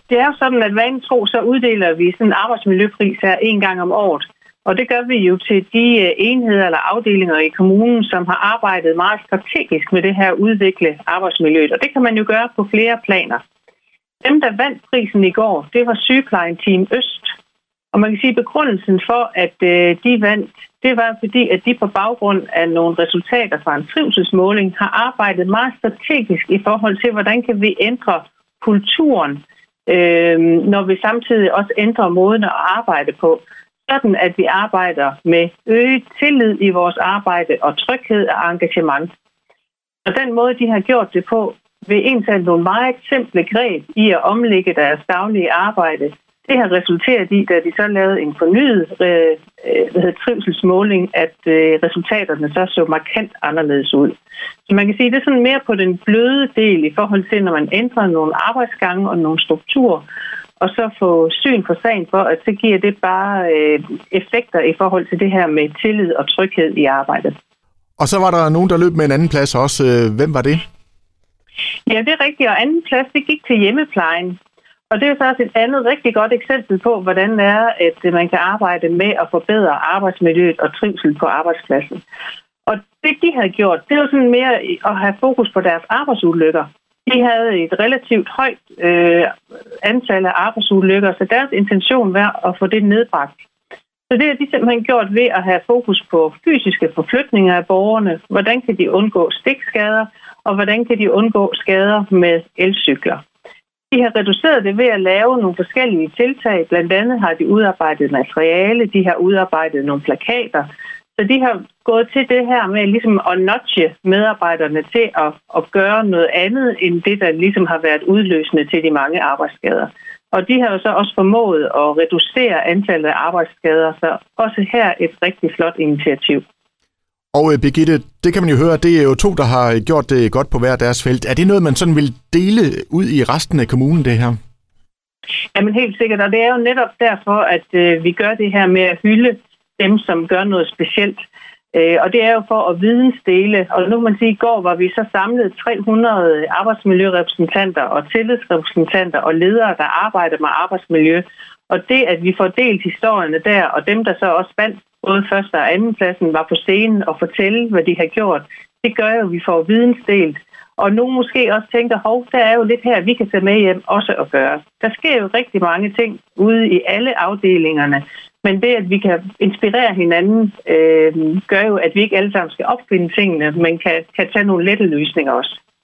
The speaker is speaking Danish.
det er jo sådan, at vanen tro, så uddeler vi sådan en arbejdsmiljøpris her 1 gang om året. Og det gør vi jo til de enheder eller afdelinger i kommunen, som har arbejdet meget strategisk med det her udvikle arbejdsmiljøet. Og det kan man jo gøre på flere planer. Dem, der vandt prisen i går, det var sygeplejen Team Øst. Og man kan sige, at begrundelsen for, at de vandt, det var fordi, at de på baggrund af nogle resultater fra en trivselsmåling har arbejdet meget strategisk i forhold til, hvordan kan vi ændre kulturen, når vi samtidig også ændrer måden at arbejde på. Sådan at vi arbejder med øget tillid i vores arbejde og tryghed og engagement. Og den måde, de har gjort det på, ved indtage nogle meget simple greb i at omlægge deres daglige arbejde, det har resulteret i, da de så lavede en fornyet trivselsmåling, at resultaterne så markant anderledes ud. Så man kan sige, at det er sådan mere på den bløde del i forhold til, når man ændrer nogle arbejdsgange og nogle strukturer, og så få syn for sagen for, at så giver det bare effekter i forhold til det her med tillid og tryghed i arbejdet. Og så var der nogen, der løb med en anden plads også. Hvem var det? Ja, det er rigtigt. Og anden plads, det gik til hjemmeplejen. Og det er så også et andet rigtig godt eksempel på, hvordan det er, at man kan arbejde med at forbedre arbejdsmiljøet og trivsel på arbejdspladsen. Og det, de havde gjort, det var sådan mere at have fokus på deres arbejdsulykker. De havde et relativt højt antal af arbejdsulykker, så deres intention var at få det nedbragt. Så det har de simpelthen gjort ved at have fokus på fysiske forflytninger af borgerne. Hvordan kan de undgå stikskader, og hvordan kan de undgå skader med elcykler. De har reduceret det ved at lave nogle forskellige tiltag. Blandt andet har de udarbejdet materiale, de har udarbejdet nogle plakater. Så de har gået til det her med ligesom at nudge medarbejderne til at gøre noget andet, end det, der ligesom har været udløsende til de mange arbejdsskader. Og de har jo så også formået at reducere antallet af arbejdsskader, så også her et rigtig flot initiativ. Og Birgitte, det kan man jo høre, det er jo 2, der har gjort det godt på hver deres felt. Er det noget, man sådan vil dele ud i resten af kommunen, det her? Jamen helt sikkert, og det er jo netop derfor, at vi gør det her med at hylde dem, som gør noget specielt. Og det er jo for at vidensdele, og nu kan man sige, at i går var vi så samlet 300 arbejdsmiljørepræsentanter og tillidsrepræsentanter og ledere, der arbejder med arbejdsmiljø. Og det, at vi får delt historierne der, og dem, der så også vandt både første og anden pladsen, var på scenen og fortælle, hvad de har gjort, det gør jo, at vi får vidensdelt. Og nogen måske også tænker, der er jo lidt her, vi kan tage med hjem også at gøre. Der sker jo rigtig mange ting ude i alle afdelingerne, men det, at vi kan inspirere hinanden, gør jo, at vi ikke alle sammen skal opfinde tingene, men kan tage nogle lette løsninger også.